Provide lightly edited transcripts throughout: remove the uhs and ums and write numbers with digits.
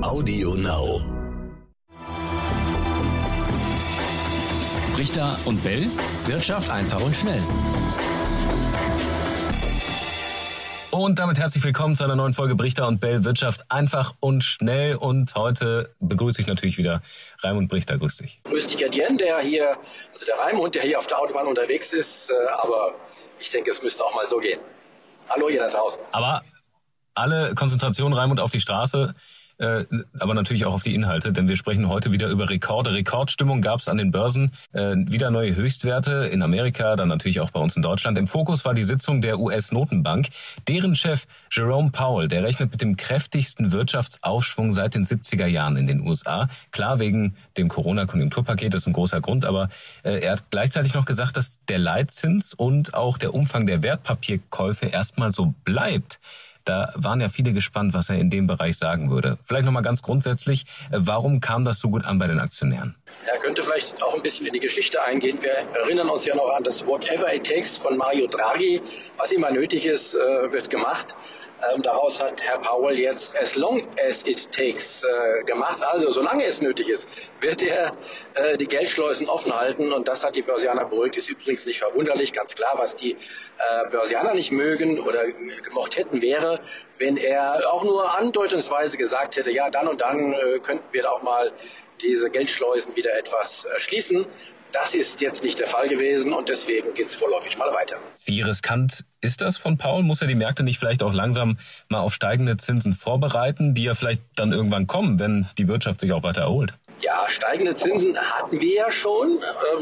Audio Now. Richter und Bell. Wirtschaft einfach und schnell. Und damit herzlich willkommen zu einer neuen Folge Brichter und Bell. Wirtschaft einfach und schnell. Und heute begrüße ich natürlich wieder Raimund Brichter. Grüß dich. Grüß dich, Etienne, der Raimund, der hier auf der Autobahn unterwegs ist. Aber ich denke, es müsste auch mal so gehen. Hallo, ihr da draußen. Aber alle Konzentration, Raimund, auf die Straße. Aber natürlich auch auf die Inhalte, denn wir sprechen heute wieder über Rekorde. Rekordstimmung gab es an den Börsen, wieder neue Höchstwerte in Amerika, dann natürlich auch bei uns in Deutschland. Im Fokus war die Sitzung der US-Notenbank. Deren Chef Jerome Powell, der rechnet mit dem kräftigsten Wirtschaftsaufschwung seit den 70er Jahren in den USA. Klar, wegen dem Corona-Konjunkturpaket, das ist ein großer Grund, aber er hat gleichzeitig noch gesagt, dass der Leitzins und auch der Umfang der Wertpapierkäufe erstmal so bleibt. Da waren ja viele gespannt, was er in dem Bereich sagen würde. Vielleicht nochmal ganz grundsätzlich, warum kam das so gut an bei den Aktionären? Er könnte vielleicht auch ein bisschen in die Geschichte eingehen. Wir erinnern uns ja noch an das Whatever it takes von Mario Draghi. Was immer nötig ist, wird gemacht. Daraus hat Herr Powell jetzt as long as it takes gemacht. Also solange es nötig ist, wird er die Geldschleusen offen halten. Und das hat die Börsianer beruhigt. Ist übrigens nicht verwunderlich. Ganz klar, was die Börsianer nicht mögen oder gemocht hätten, wäre, wenn er auch nur andeutungsweise gesagt hätte, ja, dann und dann könnten wir auch mal diese Geldschleusen wieder etwas schließen. Das ist jetzt nicht der Fall gewesen und deswegen geht es vorläufig mal weiter. Wie riskant ist das von Powell? Muss er die Märkte nicht vielleicht auch langsam mal auf steigende Zinsen vorbereiten, die ja vielleicht dann irgendwann kommen, wenn die Wirtschaft sich auch weiter erholt? Ja, steigende Zinsen hatten wir ja schon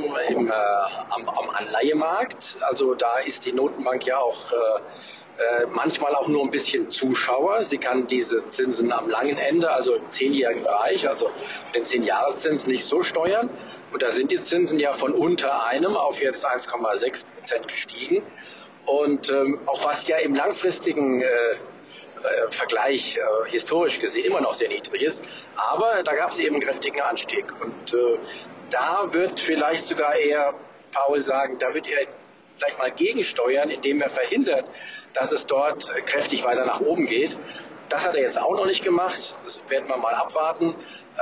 am Anleihemarkt. Also da ist die Notenbank ja auch manchmal auch nur ein bisschen Zuschauer. Sie kann diese Zinsen am langen Ende, also im 10-jährigen Bereich, also den 10-Jahreszins nicht so steuern. Und da sind die Zinsen ja von unter einem auf jetzt 1,6% gestiegen. Und auch was ja im langfristigen Vergleich historisch gesehen immer noch sehr niedrig ist. Aber da gab es eben einen kräftigen Anstieg. Und da wird vielleicht sogar eher Powell sagen, da wird er vielleicht mal gegensteuern, indem er verhindert, dass es dort kräftig weiter nach oben geht. Das hat er jetzt auch noch nicht gemacht. Das werden wir mal abwarten.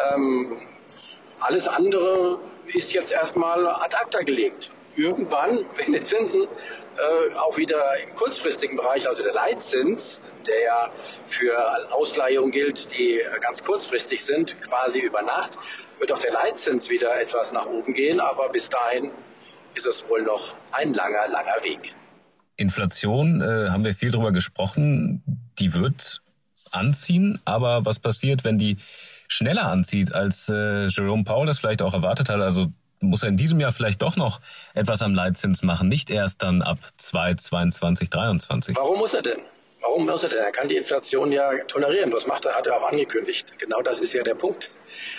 Alles andere ist jetzt erstmal ad acta gelegt. Irgendwann, wenn die Zinsen auch wieder im kurzfristigen Bereich, also der Leitzins, der ja für Ausleihungen gilt, die ganz kurzfristig sind, quasi über Nacht, wird auch der Leitzins wieder etwas nach oben gehen. Aber bis dahin ist es wohl noch ein langer, langer Weg. Inflation, haben wir viel drüber gesprochen, die wird anziehen. Aber was passiert, wenn die schneller anzieht, als Jerome Powell das vielleicht auch erwartet hat? Also muss er in diesem Jahr vielleicht doch noch etwas am Leitzins machen, nicht erst dann ab 2022, 2023. Warum muss er denn? Er kann die Inflation ja tolerieren. Das macht er, hat er auch angekündigt. Genau das ist ja der Punkt.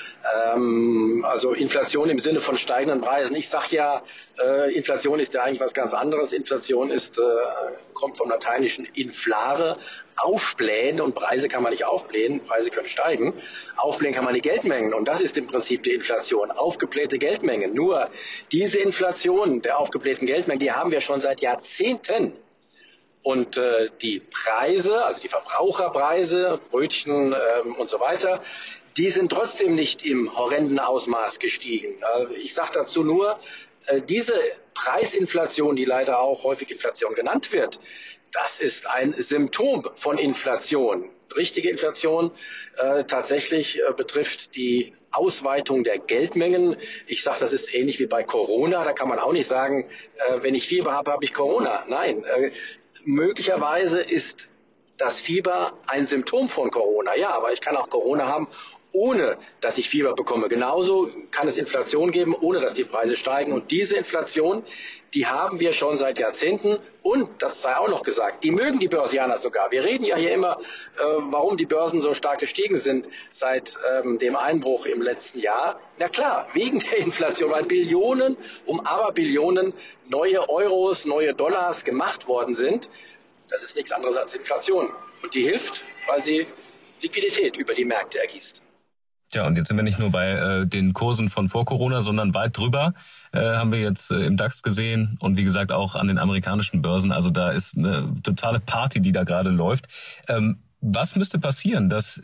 Also Inflation im Sinne von steigenden Preisen. Ich sage ja, Inflation ist ja eigentlich was ganz anderes. Inflation kommt vom lateinischen inflare, aufblähen, und Preise kann man nicht aufblähen, Preise können steigen. Aufblähen kann man die Geldmengen, und das ist im Prinzip die Inflation, aufgeblähte Geldmengen. Nur diese Inflation der aufgeblähten Geldmengen, die haben wir schon seit Jahrzehnten. Und die Preise, also die Verbraucherpreise, Brötchen und so weiter, die sind trotzdem nicht im horrenden Ausmaß gestiegen. Ich sage dazu nur, diese Preisinflation, die leider auch häufig Inflation genannt wird, das ist ein Symptom von Inflation. Richtige Inflation tatsächlich betrifft die Ausweitung der Geldmengen. Ich sage, das ist ähnlich wie bei Corona. Da kann man auch nicht sagen, wenn ich Fieber habe, habe ich Corona. Nein, möglicherweise ist das Fieber ein Symptom von Corona. Ja, aber ich kann auch Corona haben, ohne dass ich Fieber bekomme. Genauso kann es Inflation geben, ohne dass die Preise steigen. Und diese Inflation, die haben wir schon seit Jahrzehnten. Und, das sei auch noch gesagt, die mögen die Börsianer sogar. Wir reden ja hier immer, warum die Börsen so stark gestiegen sind seit dem Einbruch im letzten Jahr. Na klar, wegen der Inflation, weil Billionen um Aberbillionen neue Euros, neue Dollars gemacht worden sind. Das ist nichts anderes als Inflation. Und die hilft, weil sie Liquidität über die Märkte ergießt. Tja, und jetzt sind wir nicht nur bei den Kursen von vor Corona, sondern weit drüber. Haben wir jetzt im DAX gesehen und wie gesagt auch an den amerikanischen Börsen. Also da ist eine totale Party, die da gerade läuft. Was müsste passieren, dass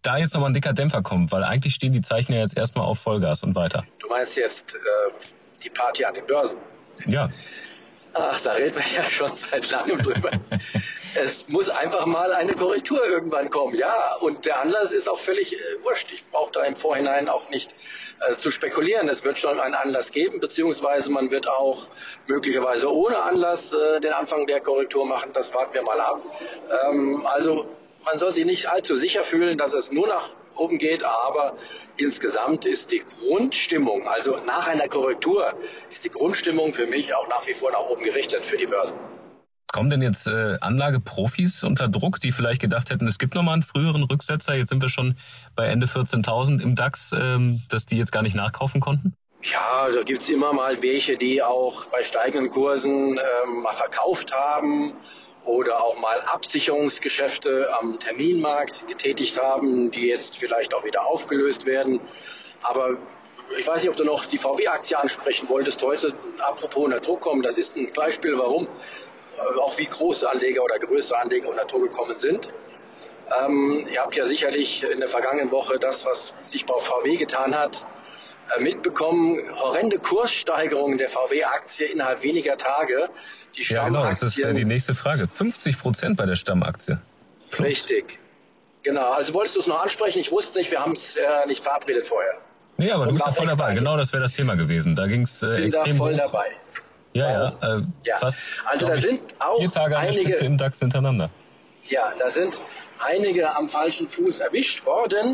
da jetzt nochmal ein dicker Dämpfer kommt? Weil eigentlich stehen die Zeichen ja jetzt erstmal auf Vollgas und weiter. Du meinst jetzt die Party an den Börsen? Ja. Ach, da reden wir ja schon seit langem drüber. Es muss einfach mal eine Korrektur irgendwann kommen, ja. Und der Anlass ist auch völlig wurscht. Ich brauche da im Vorhinein auch nicht zu spekulieren. Es wird schon einen Anlass geben, beziehungsweise man wird auch möglicherweise ohne Anlass den Anfang der Korrektur machen. Das warten wir mal ab. Also man soll sich nicht allzu sicher fühlen, dass es nur nach oben geht, aber insgesamt ist die Grundstimmung, also nach einer Korrektur, ist die Grundstimmung für mich auch nach wie vor nach oben gerichtet für die Börsen. Kommen denn jetzt Anlageprofis unter Druck, die vielleicht gedacht hätten, es gibt nochmal einen früheren Rücksetzer, jetzt sind wir schon bei Ende 14.000 im DAX, dass die jetzt gar nicht nachkaufen konnten? Ja, da gibt's immer mal welche, die auch bei steigenden Kursen mal verkauft haben oder auch mal Absicherungsgeschäfte am Terminmarkt getätigt haben, die jetzt vielleicht auch wieder aufgelöst werden. Aber ich weiß nicht, ob du noch die VW-Aktie ansprechen wolltest heute, apropos unter Druck kommen. Das ist ein Beispiel, warum auch wie große Anleger oder größere Anleger unter Druck gekommen sind. Ihr habt ja sicherlich in der vergangenen Woche das, was sich bei VW getan hat, mitbekommen. Horrende Kurssteigerungen der VW-Aktie innerhalb weniger Tage. Die ja, genau, das ist die nächste Frage. 50% bei der Stammaktie. Plus. Richtig. Genau, also wolltest du es noch ansprechen? Ich wusste nicht, wir haben es nicht verabredet vorher. Nee, aber du bist da voll dabei. Genau, das wäre das Thema gewesen. Da ging es extrem voll hoch. Dabei. Ja. Fast also da sind auch 4 Tage an der Spitze im DAX hintereinander. Ja, da sind einige am falschen Fuß erwischt worden.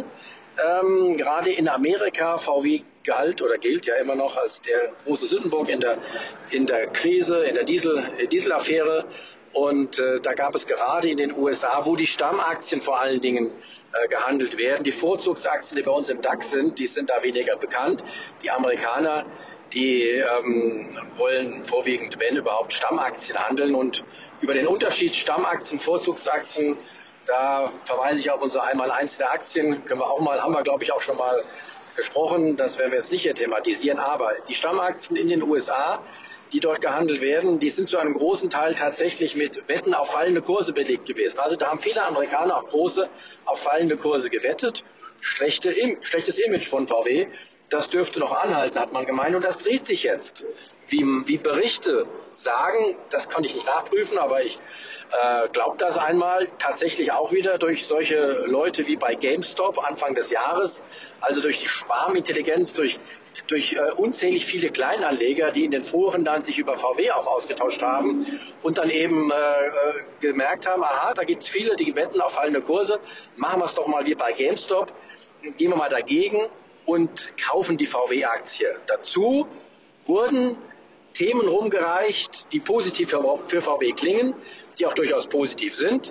Gerade in Amerika, VW galt oder gilt ja immer noch als der große Sündenbock in der Krise, in der Dieselaffäre. Und da gab es gerade in den USA, wo die Stammaktien vor allen Dingen gehandelt werden. Die Vorzugsaktien, die bei uns im DAX sind, die sind da weniger bekannt. Die Amerikaner, die wollen vorwiegend, wenn überhaupt, Stammaktien handeln. Und über den Unterschied Stammaktien, Vorzugsaktien, da verweise ich auf unsere Einmaleins der Aktien. Haben wir, glaube ich, auch schon mal gesprochen. Das werden wir jetzt nicht hier thematisieren. Aber die Stammaktien in den USA, die dort gehandelt werden, die sind zu einem großen Teil tatsächlich mit Wetten auf fallende Kurse belegt gewesen. Also da haben viele Amerikaner auch große auf fallende Kurse gewettet. Schlechtes Image von VW. Das dürfte noch anhalten, hat man gemeint. Und das dreht sich jetzt. Wie Berichte sagen, das konnte ich nicht nachprüfen, aber ich glaube das einmal tatsächlich auch wieder durch solche Leute wie bei GameStop Anfang des Jahres, also durch die Schwarmintelligenz, durch unzählig viele Kleinanleger, die in den Foren dann sich über VW auch ausgetauscht haben und dann eben gemerkt haben, aha, da gibt es viele, die wetten auf fallende Kurse, machen wir es doch mal wie bei GameStop, gehen wir mal dagegen und kaufen die VW-Aktie. Dazu wurden Themen rumgereicht, die positiv für VW klingen, die auch durchaus positiv sind.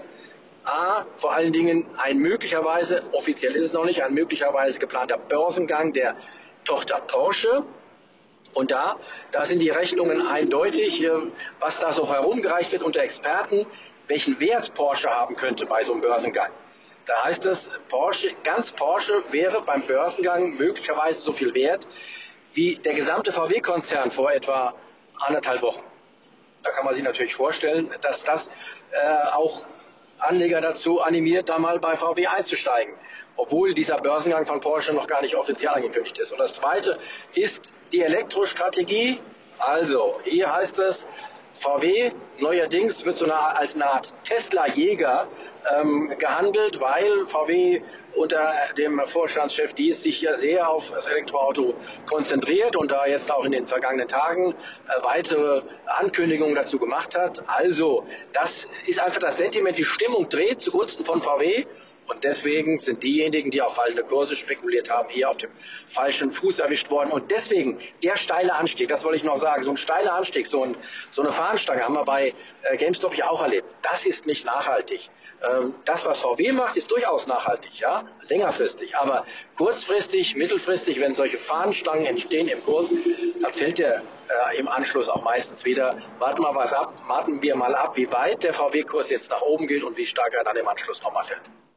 Vor allen Dingen ein möglicherweise, offiziell ist es noch nicht, ein möglicherweise geplanter Börsengang der Tochter Porsche. Und da sind die Rechnungen eindeutig, was da so herumgereicht wird unter Experten, welchen Wert Porsche haben könnte bei so einem Börsengang. Da heißt es, ganz Porsche wäre beim Börsengang möglicherweise so viel wert wie der gesamte VW-Konzern vor etwa 1,5 Wochen. Da kann man sich natürlich vorstellen, dass das auch Anleger dazu animiert, da mal bei VW einzusteigen, obwohl dieser Börsengang von Porsche noch gar nicht offiziell angekündigt ist. Und das Zweite ist die Elektrostrategie. Also, hier heißt es, VW neuerdings wird als eine Art Tesla-Jäger gehandelt, weil VW unter dem Vorstandschef Diess sich ja sehr auf das Elektroauto konzentriert und da jetzt auch in den vergangenen Tagen weitere Ankündigungen dazu gemacht hat. Also das ist einfach das Sentiment, die Stimmung dreht zugunsten von VW. Und deswegen sind diejenigen, die auf fallende Kurse spekuliert haben, hier auf dem falschen Fuß erwischt worden. Und deswegen der steile Anstieg, das wollte ich noch sagen, so ein steiler Anstieg, so eine Fahnenstange haben wir bei GameStop ja auch erlebt. Das ist nicht nachhaltig. Das, was VW macht, ist durchaus nachhaltig, ja, längerfristig. Aber kurzfristig, mittelfristig, wenn solche Fahnenstangen entstehen im Kurs, dann fällt der im Anschluss auch meistens wieder. Warten wir mal ab, wie weit der VW-Kurs jetzt nach oben geht und wie stark er dann im Anschluss nochmal fällt.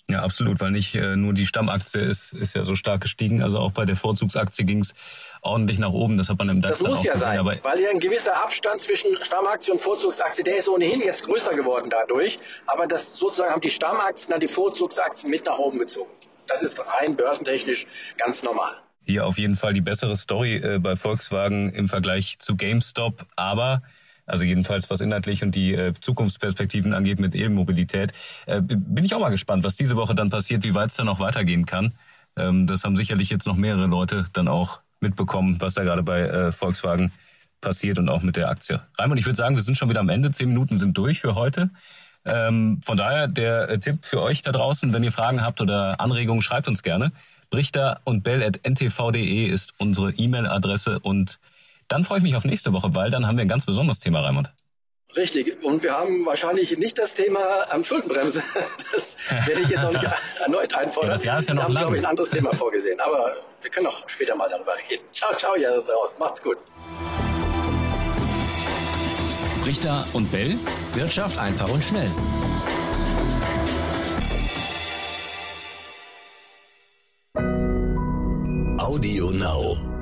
Ja, absolut, weil nicht nur die Stammaktie ist ja so stark gestiegen. Also auch bei der Vorzugsaktie ging es ordentlich nach oben. Das hat man im DAX Das muss ja gesehen, sein, weil ja ein gewisser Abstand zwischen Stammaktie und Vorzugsaktie, der ist ohnehin jetzt größer geworden dadurch. Aber das sozusagen haben die Stammaktien dann die Vorzugsaktien mit nach oben gezogen. Das ist rein börsentechnisch ganz normal. Hier auf jeden Fall die bessere Story bei Volkswagen im Vergleich zu GameStop. Aber, also jedenfalls was inhaltlich und die Zukunftsperspektiven angeht mit E-Mobilität, bin ich auch mal gespannt, was diese Woche dann passiert, wie weit es dann noch weitergehen kann. Das haben sicherlich jetzt noch mehrere Leute dann auch mitbekommen, was da gerade bei Volkswagen passiert und auch mit der Aktie. Raimund, ich würde sagen, wir sind schon wieder am Ende. 10 Minuten sind durch für heute. Von daher der Tipp für euch da draußen, wenn ihr Fragen habt oder Anregungen, schreibt uns gerne. brichter.bell@ntv.de ist unsere E-Mail-Adresse und dann freue ich mich auf nächste Woche, weil dann haben wir ein ganz besonderes Thema, Raimund. Richtig. Und wir haben wahrscheinlich nicht das Thema Schuldenbremse. Das werde ich jetzt auch nicht erneut einfordern. Ja, das Jahr ist ja noch lang. Wir haben, glaube ich, ein anderes Thema vorgesehen. Aber wir können auch später mal darüber reden. Ciao, ja, das ist raus. Macht's gut. Richter und Bell. Wirtschaft einfach und schnell. Audio Now.